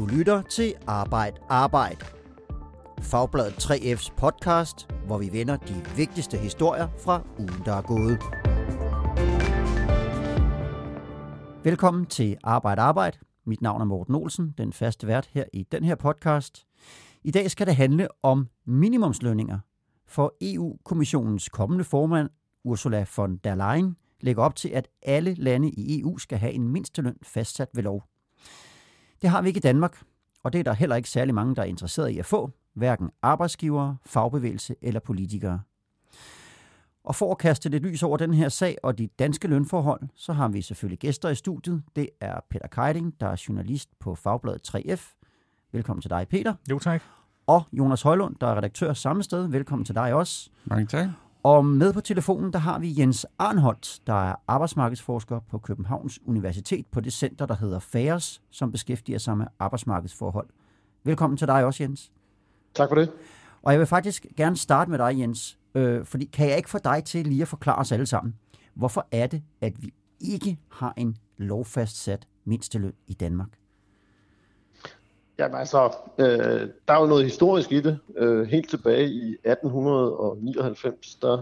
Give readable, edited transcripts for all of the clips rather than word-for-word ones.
lytter til Arbejd. Fagbladet 3F's podcast, hvor vi vender de vigtigste historier fra ugen, der er gået. Velkommen til Arbejd. Mit navn er Morten Olsen, den faste vært her i den her podcast. I dag skal det handle om minimumslønninger, for EU-kommissionens kommende formand, Ursula von der Leyen, lægger op til, at alle lande i EU skal have en mindsteløn fastsat ved lov. Det har vi ikke i Danmark, og det er der heller ikke særlig mange, der er interesseret i at få, hverken arbejdsgivere, fagbevægelse eller politikere. Og for at kaste lidt lys over den her sag og de danske lønforhold, så har vi selvfølgelig gæster i studiet. Det er Peter Keiding, der er journalist på Fagbladet 3F. Velkommen til dig, Peter. Jo, tak. Og Jonas Højlund, der er redaktør samme sted. Velkommen til dig også. Mange tak. Og med på telefonen, der har vi Jens Arnholdt, der er arbejdsmarkedsforsker på Københavns Universitet på det center, der hedder FAERS, som beskæftiger sig med arbejdsmarkedsforhold. Velkommen til dig også, Jens. Tak for det. Og jeg vil faktisk gerne starte med dig, Jens, fordi kan jeg ikke få dig til lige at forklare os alle sammen, hvorfor er det, at vi ikke har en lovfastsat mindsteløn i Danmark? Jamen altså, der er jo noget historisk i det. Helt tilbage i 1899, der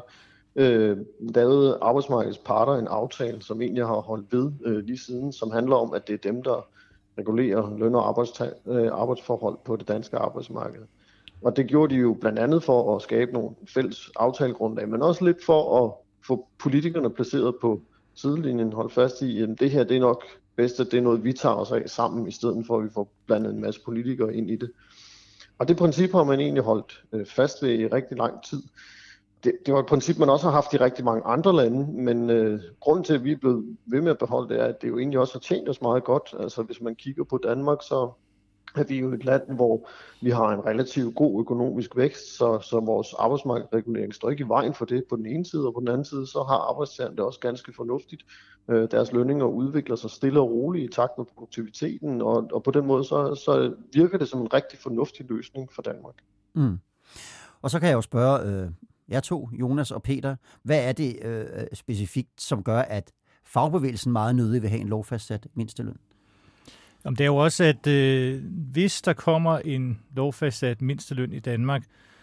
lavede arbejdsmarkedets parter en aftale, som egentlig har holdt ved lige siden, som handler om, at det er dem, der regulerer løn- og arbejdsforhold på det danske arbejdsmarked. Og det gjorde de jo blandt andet for at skabe nogle fælles aftalegrundlag, men også lidt for at få politikerne placeret på sidelinjen, holde fast i, at det her det er nok bedst, at det er noget, vi tager os af sammen, i stedet for at vi får blandet en masse politikere ind i det. Og det princip har man egentlig holdt fast ved i rigtig lang tid. Det var et princip, man også har haft i rigtig mange andre lande, men grunden til, at vi er blevet ved med at beholde det, er, at det jo egentlig også har tjent os meget godt. Altså hvis man kigger på Danmark, så er vi jo et land, hvor vi har en relativt god økonomisk vækst, så vores arbejdsmarkedsregulering står ikke i vejen for det på den ene side, og på den anden side, så har arbejdstagerne det også ganske fornuftigt. Deres lønninger udvikler sig stille og roligt i takt med produktiviteten, og på den måde, så virker det som en rigtig fornuftig løsning for Danmark. Mm. Og så kan jeg jo spørge jer to, Jonas og Peter, hvad er det specifikt, som gør, at fagbevægelsen meget nødig vil have en lovfastsat mindsteløn? Det er jo også, at hvis der kommer en lovfastsat mindsteløn i Danmark,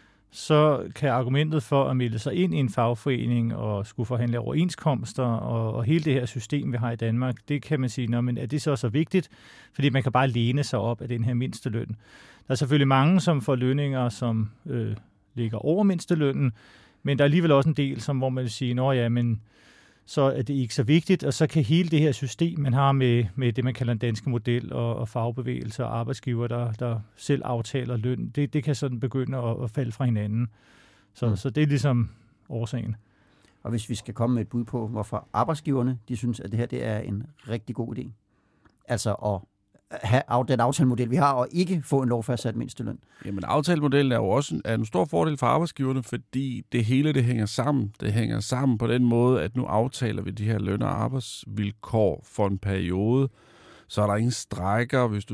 så kan argumentet for at melde sig ind i en fagforening og skulle forhandle overenskomster og hele det her system, vi har i Danmark, det kan man sige, men er det så vigtigt? Fordi man kan bare læne sig op af den her mindsteløn. Der er selvfølgelig mange, som får lønninger, som ligger over mindstelønnen, men der er alligevel også en del, hvor man vil sige, men så er det ikke så vigtigt, og så kan hele det her system, man har med det, man kalder en danske model og fagbevægelse og arbejdsgiver, der selv aftaler løn, det kan sådan begynde at falde fra hinanden. Så det er ligesom årsagen. Og hvis vi skal komme med et bud på, hvorfor arbejdsgiverne, de synes, at det her det er en rigtig god idé, altså at have den aftalemodel, vi har, og ikke få en lovfastsat mindsteløn. Jamen, aftalemodellen er jo også en stor fordel for arbejdsgiverne, fordi det hele det hænger sammen. Det hænger sammen på den måde, at nu aftaler vi de her løn- og arbejdsvilkår for en periode. Så er der ingen strejker, hvis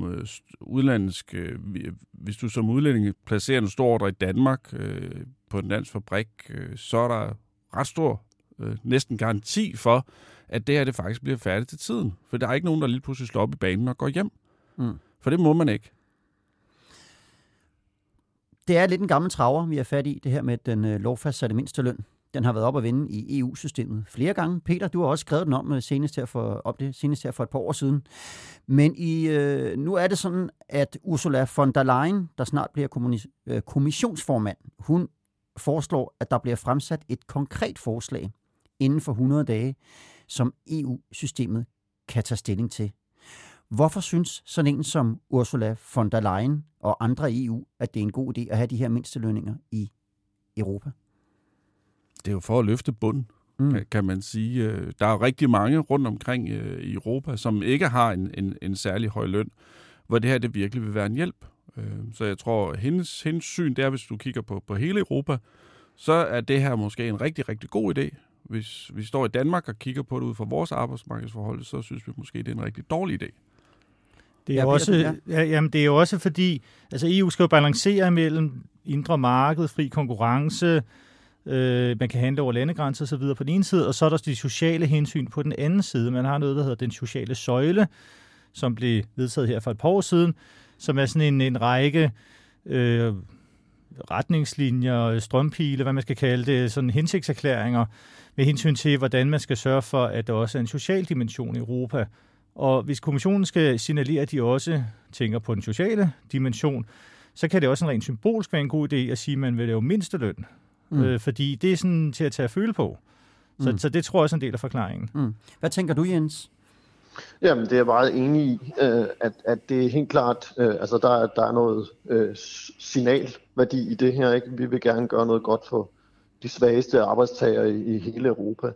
du som udlænding placerer en stor ordre i Danmark på en dansk fabrik, så er der ret stor næsten garanti for, at det her det faktisk bliver færdigt til tiden. For der er ikke nogen, der lige pludselig slår op i banen og går hjem. For det må man ikke. Det er lidt en gammel traver, vi er fat i, det her med den lovfastsatte mindsteløn. Den har været op at vende i EU-systemet flere gange. Peter, du har også skrevet den om senest her for et par år siden. Men nu er det sådan, at Ursula von der Leyen, der snart bliver kommissionsformand, hun foreslår, at der bliver fremsat et konkret forslag inden for 100 dage, som EU-systemet kan tage stilling til. Hvorfor synes sådan en som Ursula von der Leyen og andre i EU, at det er en god idé at have de her mindstelønninger i Europa? Det er jo for at løfte bunden, kan man sige. Der er rigtig mange rundt omkring i Europa, som ikke har en særlig høj løn, hvor det her det virkelig vil være en hjælp. Så jeg tror, hendes syn, det er, hvis du kigger på hele Europa, så er det her måske en rigtig, rigtig god idé. Hvis vi står i Danmark og kigger på det ud fra vores arbejdsmarkedsforhold, så synes vi måske, det er en rigtig dårlig idé. Det er jo også fordi, altså EU skal jo balancere mellem indre marked, fri konkurrence, man kan handle over landegrænser og så videre på den ene side, og så er der de sociale hensyn på den anden side. Man har noget, der hedder den sociale søjle, som blev vedtaget her for et par år siden, som er sådan en række retningslinjer, strømpile, hvad man skal kalde det, sådan hensigtserklæringer med hensyn til, hvordan man skal sørge for, at der også er en social dimension i Europa. Og hvis kommissionen skal signalere, at de også tænker på den sociale dimension, så kan det også en rent symbolsk være en god idé at sige, at man vil lave mindsteløn. Fordi det er sådan til at tage at føle på. Så det tror jeg også er en del af forklaringen. Hvad tænker du, Jens? Jamen, det er jeg meget enig i, at det er helt klart, altså der er noget signalværdi i det her, ikke? Vi vil gerne gøre noget godt for de svageste arbejdstagere i hele Europa.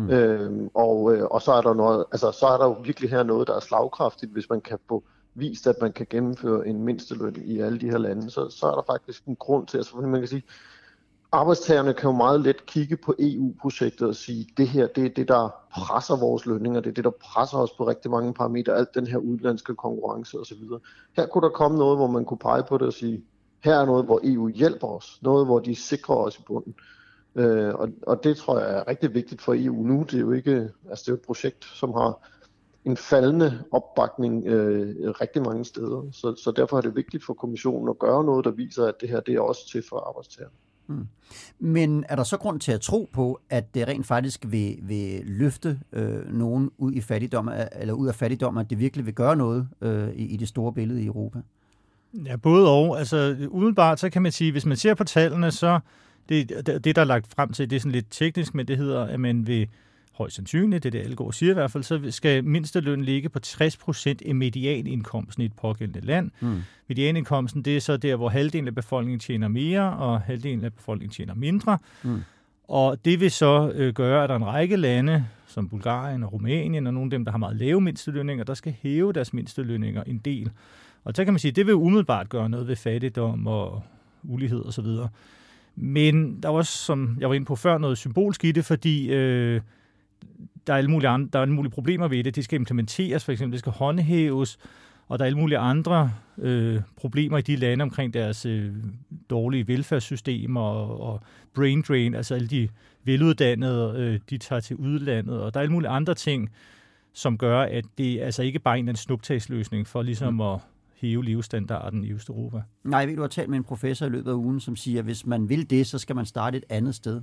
Og så er der noget, altså så er der jo virkelig her noget, der er slagkraftigt, hvis man kan få vist, at man kan gennemføre en mindsteløn i alle de her lande, så er der faktisk en grund til, altså man kan sige, arbejdstagerne kan jo meget let kigge på EU-projektet og sige, det her, det er det, der presser vores lønninger, det er det, der presser os på rigtig mange parametre, alt den her udenlandske konkurrence osv. Her kunne der komme noget, hvor man kunne pege på det og sige, her er noget, hvor EU hjælper os, noget, hvor de sikrer os i bunden. Og det tror jeg er rigtig vigtigt for EU nu. Det er jo ikke, altså det er et projekt, som har en faldende opbakning rigtig mange steder. Så derfor er det vigtigt for kommissionen at gøre noget, der viser, at det her det er også til for arbejdstagerne. Men er der så grund til at tro på, at det rent faktisk vil løfte nogen ud i fattigdom, eller ud af fattigdom, at det virkelig vil gøre noget i det store billede i Europa? Ja, både og. Altså umiddelbart, så kan man sige, hvis man ser på tallene, så det der er lagt frem til, det er sådan lidt teknisk, men det hedder, at man vil højst sandsynligt, det Algaard siger i hvert fald, så skal mindstelønnen ligge på 60% af medianindkomsten i et pågældende land. Medianindkomsten, det er så der, hvor halvdelen af befolkningen tjener mere, og halvdelen af befolkningen tjener mindre. Og det vil så gøre, at der er en række lande, som Bulgarien og Rumænien, og nogle af dem, der har meget lave mindstelønninger, der skal hæve deres mindstelønninger en del. Og så kan man sige, at det vil umiddelbart gøre noget ved fattigdom og ulighed osv. Men der er også, som jeg var inde på før, noget symbolsk i det, fordi der er alle mulige problemer ved det. Det skal implementeres, for eksempel det skal håndhæves, og der er alle mulige andre problemer i de lande omkring deres dårlige velfærdssystemer og brain drain, altså alle de veluddannede, de tager til udlandet, og der er alle mulige andre ting, som gør, at det altså ikke bare er en snuptagsløsning for ligesom at hæve levestandarden i Østeuropa. Nej, jeg ved, du har talt med en professor i løbet af ugen, som siger, at hvis man vil det, så skal man starte et andet sted.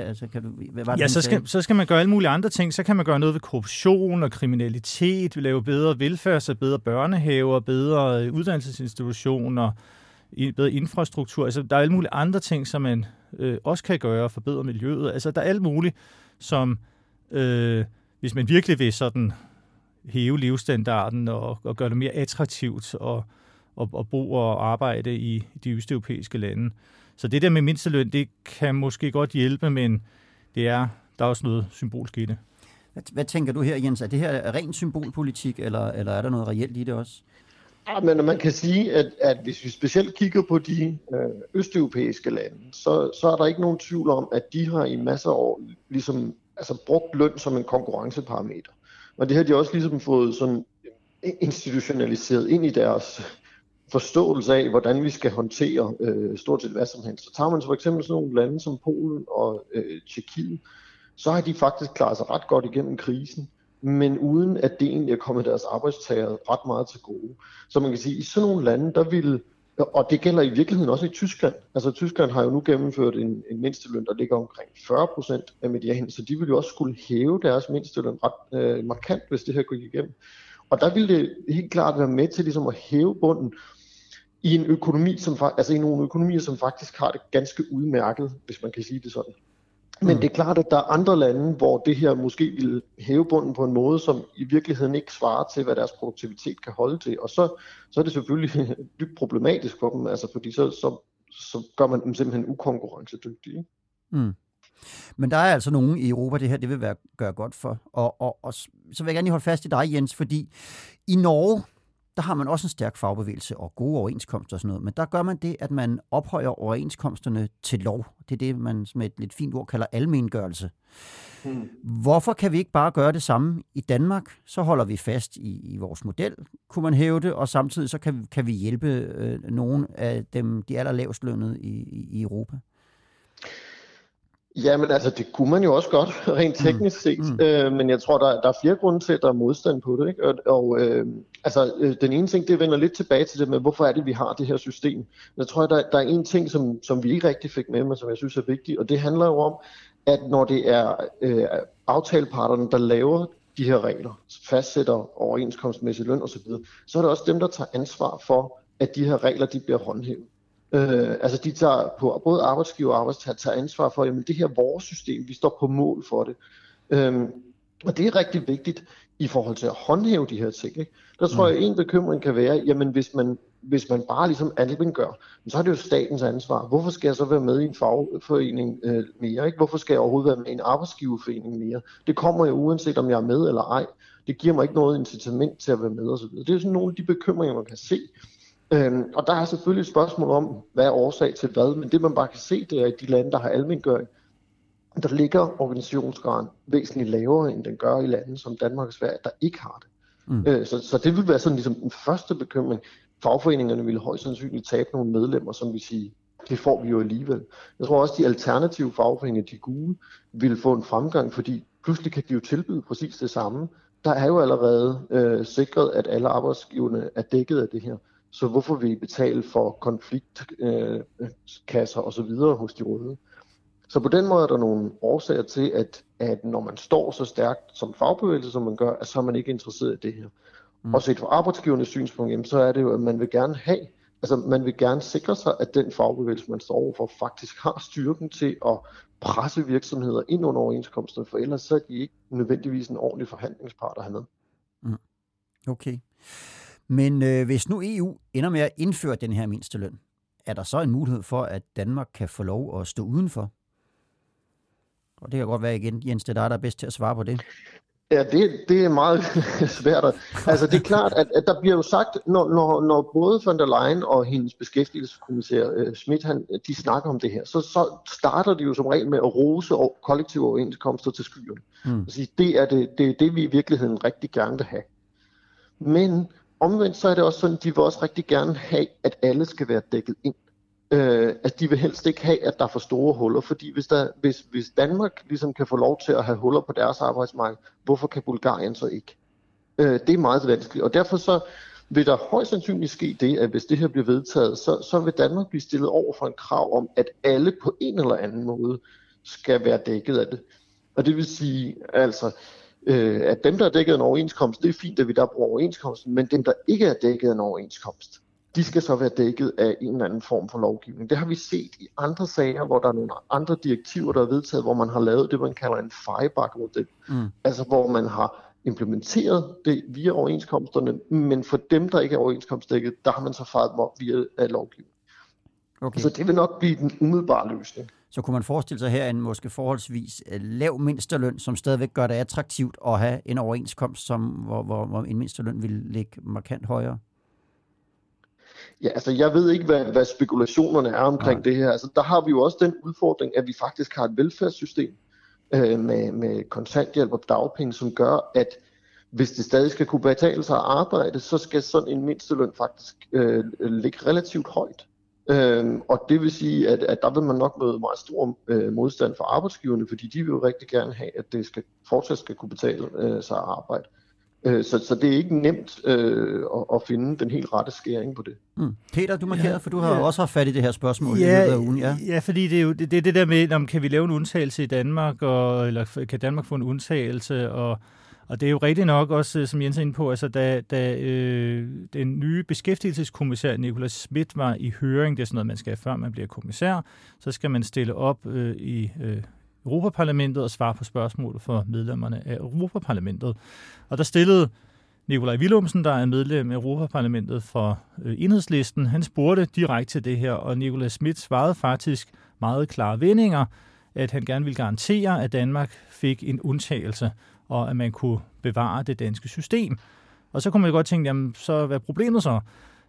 Så skal man gøre alle mulige andre ting. Så kan man gøre noget ved korruption og kriminalitet, lave bedre velfærd, bedre børnehaver, bedre uddannelsesinstitutioner, bedre infrastruktur. Altså, der er alle mulige andre ting, som man også kan gøre for bedre miljøet. Altså, der er alt muligt, som hvis man virkelig vil sådan hæve levestandarden og gøre det mere attraktivt at bo og arbejde i de østeuropæiske lande. Så det der med mindsteløn, det kan måske godt hjælpe, men der er også noget symbolsk i det. Hvad tænker du her, Jens? Er det her ren symbolpolitik, eller er der noget reelt i det også? Ja, men man kan sige, at hvis vi specielt kigger på de østeuropæiske lande, så er der ikke nogen tvivl om, at de har i masser af år ligesom, altså brugt løn som en konkurrenceparameter. Og det har de også ligesom fået sådan institutionaliseret ind i deres forståelse af, hvordan vi skal håndtere stort set hvad som helst. Så tager man for eksempel sådan nogle lande som Polen og Tjekkiet, så har de faktisk klaret sig ret godt igennem krisen, men uden at det egentlig er kommet deres arbejdstagere ret meget til gode. Så man kan sige, at i sådan nogle lande, der vil, og det gælder i virkeligheden også i Tyskland, altså Tyskland har jo nu gennemført en mindsteløn, der ligger omkring 40% af medianen, så de vil jo også skulle hæve deres mindsteløn ret markant, hvis det her går igennem. Og der vil det helt klart være med til ligesom at hæve bunden i en økonomi, i nogle økonomier, som faktisk har det ganske udmærket, hvis man kan sige det sådan. Men det er klart, at der er andre lande, hvor det her måske vil hæve bunden på en måde, som i virkeligheden ikke svarer til, hvad deres produktivitet kan holde til. Og så er det selvfølgelig dybt problematisk for dem, altså fordi så gør man dem simpelthen ukonkurrencedygtige. Men der er altså nogen i Europa, det vil gøre godt for. Og så vil jeg gerne lige holde fast i dig, Jens, fordi i Norge, der har man også en stærk fagbevægelse og gode overenskomster og sådan noget, men der gør man det, at man ophøjer overenskomsterne til lov. Det er det, man med et lidt fint ord kalder almengørelse. Hvorfor kan vi ikke bare gøre det samme i Danmark? Så holder vi fast i vores model, kunne man hæve det, og samtidig så kan vi hjælpe nogle af dem, de allerlavest lønnede i Europa. Jamen altså, det kunne man jo også godt, rent teknisk set, men jeg tror, der er flere grunde til, at der er modstand på det, ikke? Den ene ting, det vender lidt tilbage til det med, hvorfor er det, vi har det her system. Jeg tror, der er en ting, som vi ikke rigtig fik med, men som jeg synes er vigtig, og det handler jo om, at når det er aftaleparterne, der laver de her regler, fastsætter overenskomstmæssig løn osv., så er det også dem, der tager ansvar for, at de her regler, de bliver håndhævet. De tager på både arbejdsgiver og arbejdstager tager ansvar for, jamen det her er vores system, vi står på mål for det. Og det er rigtig vigtigt i forhold til at håndhæve de her ting. Ikke? Der tror jeg, en bekymring kan være, jamen hvis man bare ligesom almen gør, så er det jo statens ansvar. Hvorfor skal jeg så være med i en fagforening mere? Ikke? Hvorfor skal jeg overhovedet være med i en arbejdsgiverforening mere? Det kommer jo uanset om jeg er med eller ej. Det giver mig ikke noget incitament til at være med osv. Det er sådan nogle af de bekymringer, man kan se. Og der er selvfølgelig et spørgsmål om, hvad er årsag til hvad, men det man bare kan se, det er, at i de lande, der har almengøring, der ligger organisationsgraden væsentligt lavere, end den gør i lande som Danmark og Sverige, der ikke har det. Så det vil være sådan ligesom den første bekymring. Fagforeningerne ville højst sandsynligt tabe nogle medlemmer, som vi siger, det får vi jo alligevel. Jeg tror også, de alternative fagforeninger, de gule, ville få en fremgang, fordi pludselig kan de jo tilbyde præcis det samme. Der er jo allerede sikret, at alle arbejdsgiverne er dækket af det her. Så hvorfor vil I betale for konfliktkasser og så videre hos de røde? Så på den måde er der nogle årsager til, at når man står så stærkt som fagbevægelse, som man gør, at så er man ikke interesseret i det her. Og set fra arbejdsgivernes synspunkt, jamen, så er det jo, at man vil gerne sikre sig, at den fagbevægelse, man står overfor, faktisk har styrken til at presse virksomheder ind under overenskomsterne, for ellers så er de ikke nødvendigvis en ordentlig forhandlingspart at have med. Okay. Men hvis nu EU ender med at indføre den her mindsteløn, er der så en mulighed for, at Danmark kan få lov at stå udenfor? Og det kan godt være igen, Jens, det er dig, der er bedst til at svare på det. Ja, det er meget svært. Altså det er klart, at der bliver jo sagt, når både von der Leyen og hendes beskæftigelseskommissær Schmidt, de snakker om det her, så starter de jo som regel med at rose kollektive overenskomster til skyerne. Det er det, vi i virkeligheden rigtig gerne vil have. Men omvendt så er det også sådan, de vil også rigtig gerne have, at alle skal være dækket ind. At de vil helst ikke have, at der er for store huller, fordi hvis Danmark ligesom kan få lov til at have huller på deres arbejdsmarked, hvorfor kan Bulgarien så ikke? Det er meget vanskeligt, og derfor så vil der højst sandsynligt ske det, at hvis det her bliver vedtaget, så vil Danmark blive stillet over for en krav om, at alle på en eller anden måde skal være dækket af det. Og det vil sige, altså, at dem, der er dækket af en overenskomst, det er fint, at vi der bruger overenskomsten, men dem, der ikke er dækket af en overenskomst, de skal så være dækket af en eller anden form for lovgivning. Det har vi set i andre sager, hvor der er nogle andre direktiver, der er vedtaget, hvor man har lavet det, man kalder en FIBAC-model. Altså hvor man har implementeret det via overenskomsterne, men for dem, der ikke er overenskomstdækket, der har man så faret dem op via lovgivning. Okay. Så det vil nok blive den umiddelbare løsning. Så kunne man forestille sig her en måske forholdsvis lav mindsteløn, som stadigvæk gør det attraktivt at have en overenskomst, hvor en mindsteløn vil ligge markant højere? Ja, altså jeg ved ikke, hvad spekulationerne er omkring det her. Altså der har vi jo også den udfordring, at vi faktisk har et velfærdssystem med kontanthjælp og dagpenge, som gør, at hvis det stadig skal kunne betale sig at arbejde, så skal sådan en mindsteløn faktisk ligge relativt højt. Og det vil sige, at der vil man nok møde meget stor modstand fra arbejdsgiverne, fordi de vil jo rigtig gerne have, at det fortsat skal kunne betale sig at arbejde. Så det er ikke nemt at finde den helt rette skæring på det. Peter, du markerer, for du har også haft fat i det her spørgsmål i løbet af ugen. Ja, fordi det er jo det der med, om kan vi lave en undtagelse i Danmark, eller kan Danmark få en undtagelse, og det er jo rigtigt nok også, som Jens er inde på, altså da den nye beskæftigelseskommissær Nicolas Schmidt var i høring, det er sådan noget, man skal før man bliver kommissær, så skal man stille op i Europaparlamentet og svare på spørgsmål for medlemmerne af Europaparlamentet. Og der stillede Nikolaj Villumsen, der er medlem af Europaparlamentet for Enhedslisten, han spurgte direkte til det her, og Nicolas Schmidt svarede faktisk meget klare vendinger, at han gerne ville garantere, at Danmark fik en undtagelse, og at man kunne bevare det danske system. Og så kunne man godt tænke, jamen, så hvad er problemet så?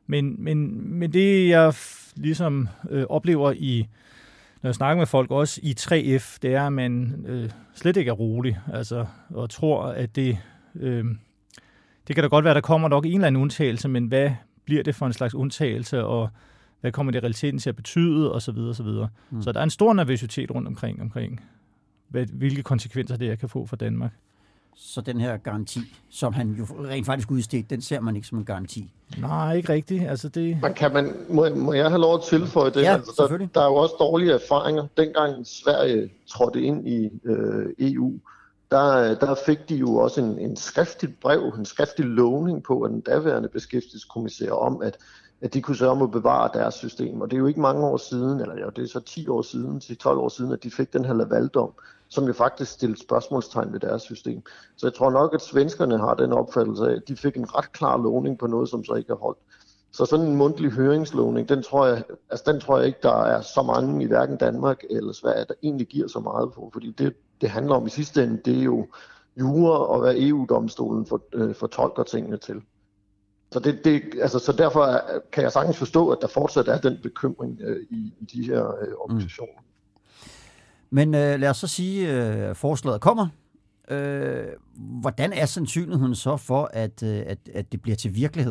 Men det, jeg ligesom oplever når jeg snakker med folk også i 3F, det er, at man slet ikke er rolig, altså, og tror, at det kan da godt være, der kommer nok en eller anden undtagelse, men hvad bliver det for en slags undtagelse, og hvad kommer det i realiteten til at betyde, og så videre, og så videre. Så der er en stor nervøsitet rundt omkring hvilke konsekvenser det her kan få for Danmark. Så den her garanti, som han jo rent faktisk udstedte, den ser man ikke som en garanti? Nej, ikke rigtigt. Altså det... Må jeg have lov at tilføje det? Ja, altså, der er jo også dårlige erfaringer. Dengang Sverige trådte ind i EU, der fik de jo også en skriftligt brev, en skriftlig lovning på af den daværende beskæftigelseskommissær om, at de kunne sørge om at bevare deres system. Og det er jo ikke mange år siden, eller ja, det er så 10 år siden, 12 år siden, at de fik den her Lavaldom, som jo faktisk stillede spørgsmålstegn ved deres system. Så jeg tror nok, at svenskerne har den opfattelse af, at de fik en ret klar lovning på noget, som så ikke er holdt. Så sådan en mundtlig høringslovning, den tror jeg ikke, der er så mange i hverken Danmark eller Sverige, der egentlig giver så meget på, fordi det handler om i sidste ende, det er jo jura og hvad EU-domstolen fortolker tingene til. Så så derfor kan jeg sagtens forstå, at der fortsat er den bekymring i de her organisationer. Men lad os så sige, at forslaget kommer. Hvordan er sandsynligheden så for, at det bliver til virkelighed?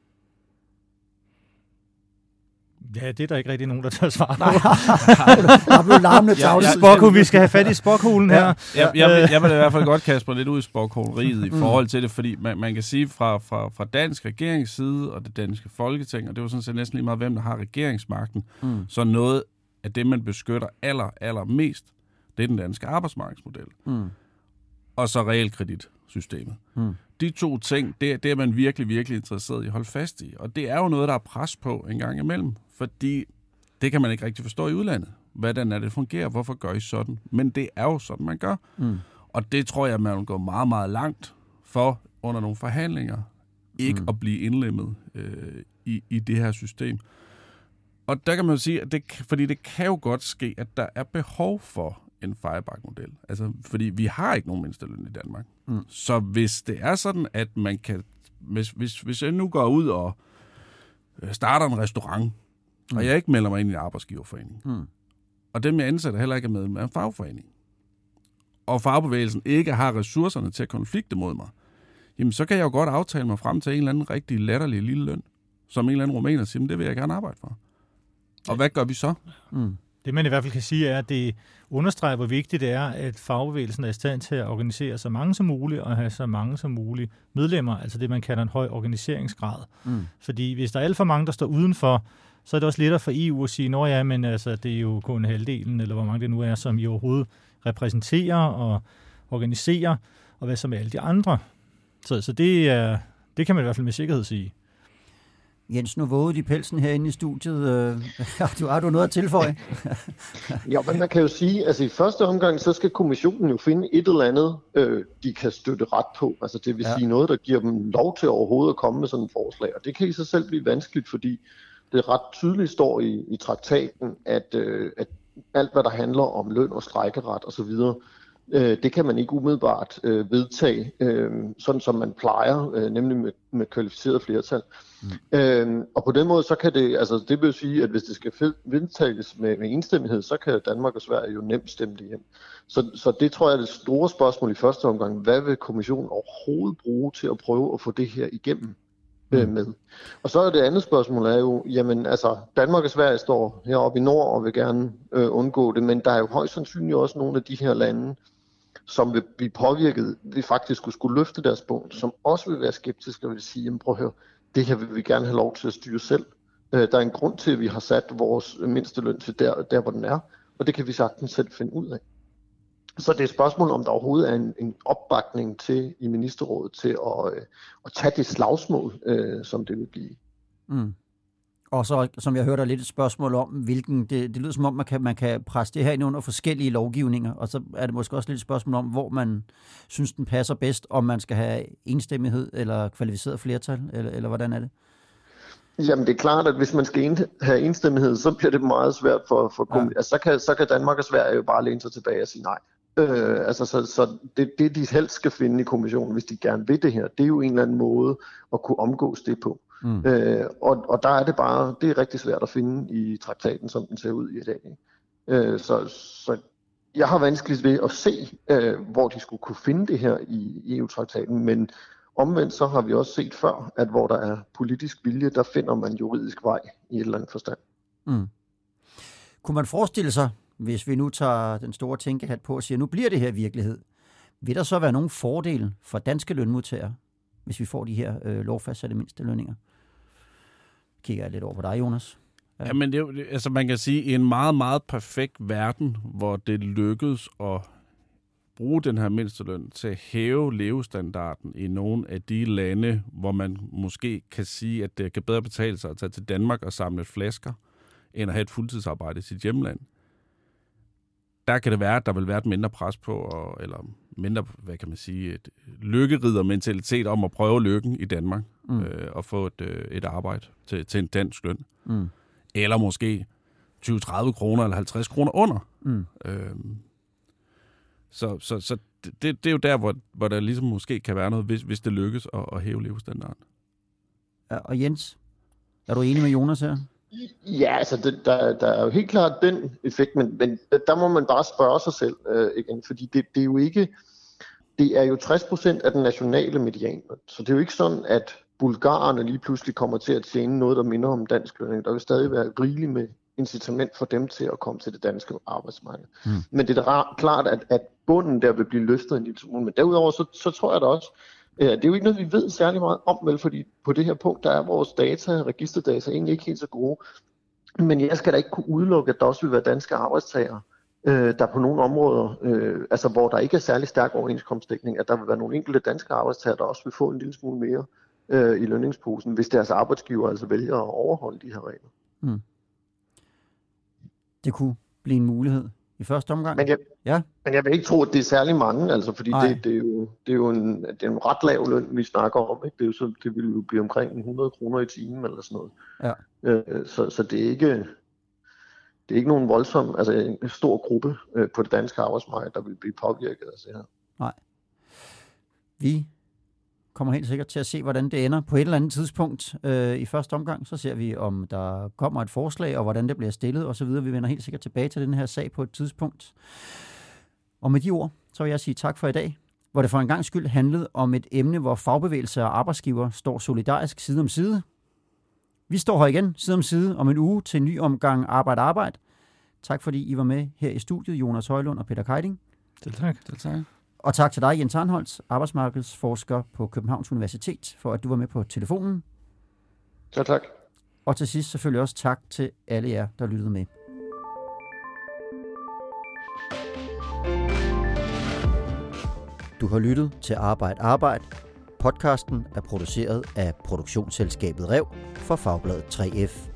Ja, det er der ikke rigtig nogen, der tør svare på. Der blev larmende tavle. Vi skal have fat i spokhulen her. Jeg vil i hvert fald godt kaste mig lidt ud i spokholeriet i forhold til det, fordi man kan sige fra dansk regeringsside og det danske folketing, og det var sådan set næsten lige meget, hvem der har regeringsmagten, så noget af det, man beskytter allermest, det er den danske arbejdsmarkedsmodel. Og så realkreditsystemet. De to ting, det er man virkelig interesseret i at holde fast i. Og det er jo noget, der er pres på en gang imellem, fordi det kan man ikke rigtig forstå i udlandet. Hvordan er det fungerer? Hvorfor gør I sådan? Men det er jo sådan, man gør. Og det tror jeg, man vil gå meget, meget langt for under nogle forhandlinger, ikke at blive indlemmet i det her system. Og der kan man jo sige, at fordi det kan jo godt ske, at der er behov for en Fireback-model. Altså, fordi vi har ikke nogen mindsteløn i Danmark. Så hvis det er sådan, at man kan... Hvis jeg nu går ud og starter en restaurant, og jeg ikke melder mig ind i en arbejdsgiverforening, og dem jeg ansætter heller ikke er med en fagforening, og fagbevægelsen ikke har ressourcerne til at konflikte mod mig, jamen så kan jeg jo godt aftale mig frem til en eller anden rigtig latterlig lille løn, som en eller anden rumæner siger, det vil jeg gerne arbejde for. Og hvad gør vi så? Det man i hvert fald kan sige er, at det understreger, hvor vigtigt det er, at fagbevægelsen er i stand til at organisere så mange som muligt og have så mange som muligt medlemmer, altså det man kalder en høj organiseringsgrad. Fordi hvis der er alt for mange, der står udenfor, så er det også lettere for EU at sige, at men altså, det er jo kun halvdelen, eller hvor mange det nu er, som I overhovedet repræsenterer og organiserer, og hvad så med alle de andre. Så det kan man i hvert fald med sikkerhed sige. Jens, nu vågede de pelsen herinde i studiet. Har du noget at tilføje? Ja, men man kan jo sige, altså i første omgang, så skal kommissionen jo finde et eller andet, de kan støtte ret på. Altså det vil sige noget, der giver dem lov til overhovedet at komme med sådan et forslag. Og det kan i sig selv blive vanskeligt, fordi det ret tydeligt står i traktaten, at alt, hvad der handler om løn og strejkeret osv., det kan man ikke umiddelbart vedtage, sådan som man plejer, nemlig med kvalificeret flertal. Og på den måde, så kan det, altså det vil sige, at hvis det skal vedtages med enstemmighed, så kan Danmark og Sverige jo nemt stemme det hjem. Så det tror jeg er det store spørgsmål i første omgang. Hvad vil kommissionen overhovedet bruge til at prøve at få det her igennem med? Og så er det andet spørgsmål er jo, jamen altså Danmark og Sverige står heroppe i nord og vil gerne undgå det, men der er jo højst sandsynligt også nogle af de her lande, som vil blive påvirket, vi faktisk skulle løfte deres bund, som også vil være skeptiske og vil sige, jamen prøv at høre, det her vil vi gerne have lov til at styre selv. Der er en grund til, at vi har sat vores mindsteløn til der hvor den er, og det kan vi sagtens selv finde ud af. Så det er et spørgsmål, om der overhovedet er en opbakning til i ministerrådet til at tage det slagsmål, som det vil blive. Og så, som jeg hørte, lidt et spørgsmål om, hvilken... Det lyder som om, man kan presse det her ind under forskellige lovgivninger, og så er det måske også lidt et spørgsmål om, hvor man synes, den passer bedst, om man skal have enstemmighed eller kvalificeret flertal, eller hvordan er det? Jamen, det er klart, at hvis man skal have enstemmighed, så bliver det meget svært for altså, så kan Danmark og Sverige jo bare læne sig tilbage og sige nej. Så det, de helst skal finde i kommissionen, hvis de gerne vil det her, det er jo en eller anden måde at kunne omgås det på. Og der er det er rigtig svært at finde i traktaten, som den ser ud i dag. Så jeg har vanskeligt ved at se, hvor de skulle kunne finde det her i EU-traktaten, men omvendt så har vi også set før, at hvor der er politisk vilje, der finder man juridisk vej i et eller andet forstand. Kunne man forestille sig, hvis vi nu tager den store tænkehat på og siger, nu bliver det her virkelighed, vil der så være nogen fordele for danske lønmodtagere, hvis vi får de her lovfastsatte mindstelønninger? Kigger jeg lidt over på dig, Jonas. Ja, men altså man kan sige, i en meget, meget perfekt verden, hvor det lykkedes at bruge den her mindsteløn til at hæve levestandarden i nogle af de lande, hvor man måske kan sige, at det kan bedre betale sig at tage til Danmark og samle flasker, end at have et fuldtidsarbejde i sit hjemland. Der kan det være, at der vil være et mindre pres på, eller mindre, hvad kan man sige, et lykkeridermentalitet om at prøve lykken i Danmark, og få et arbejde til en dansk løn. Eller måske 20-30 kroner eller 50 kroner under. Så det er jo der, hvor der ligesom måske kan være noget, hvis det lykkes at hæve levestandarden. Ja, og Jens, er du enig med Jonas her? Ja, altså der er jo helt klart den effekt, men der må man bare spørge sig selv igen, fordi det er jo ikke, det er jo 60% af den nationale median, så det er jo ikke sådan, at bulgarerne lige pludselig kommer til at tjene noget, der minder om dansk lønning. Der vil stadig være rigeligt med incitament for dem til at komme til det danske arbejdsmarked. Men det er da klart, at bunden der vil blive løftet en lille smule, men derudover så tror jeg da også, det er jo ikke noget, vi ved særlig meget om, vel, fordi på det her punkt, der er vores registerdata egentlig ikke helt så gode. Men jeg skal da ikke kunne udelukke, at der også vil være danske arbejdstagere, der på nogle områder, altså hvor der ikke er særlig stærk overenskomstdækning, at der vil være nogle enkelte danske arbejdstagere, der også vil få en lille smule mere i lønningsposen, hvis deres arbejdsgiver altså vælger at overholde de her regler. Det kunne blive en mulighed i første omgang. Men jeg vil ikke tro, at det er særlig mange, altså, fordi det er jo en ret lav løn, vi snakker om. Ikke? Det vil jo blive omkring 100 kroner i timen eller sådan noget. Ja. Så det er ikke nogen voldsom, altså en stor gruppe på det danske arbejdsmarked, der vil blive påvirket af det her. Nej. Vi kommer helt sikkert til at se, hvordan det ender på et eller andet tidspunkt i første omgang. Så ser vi, om der kommer et forslag, og hvordan det bliver stillet osv. Vi vender helt sikkert tilbage til den her sag på et tidspunkt. Og med de ord, så vil jeg sige tak for i dag, hvor det for en gang skyld handlede om et emne, hvor fagbevægelse og arbejdsgiver står solidarisk side om side. Vi står her igen side om side om en uge til en ny omgang Arbejde. Tak fordi I var med her i studiet, Jonas Højlund og Peter Keiding. Selv tak. Og tak til dig, Jens Arnholtz, arbejdsmarkedsforsker på Københavns Universitet, for at du var med på telefonen. Ja, tak. Og til sidst selvfølgelig også tak til alle jer, der lyttede med. Du har lyttet til Arbejde. Podcasten er produceret af produktionsselskabet Rev for Fagbladet 3F.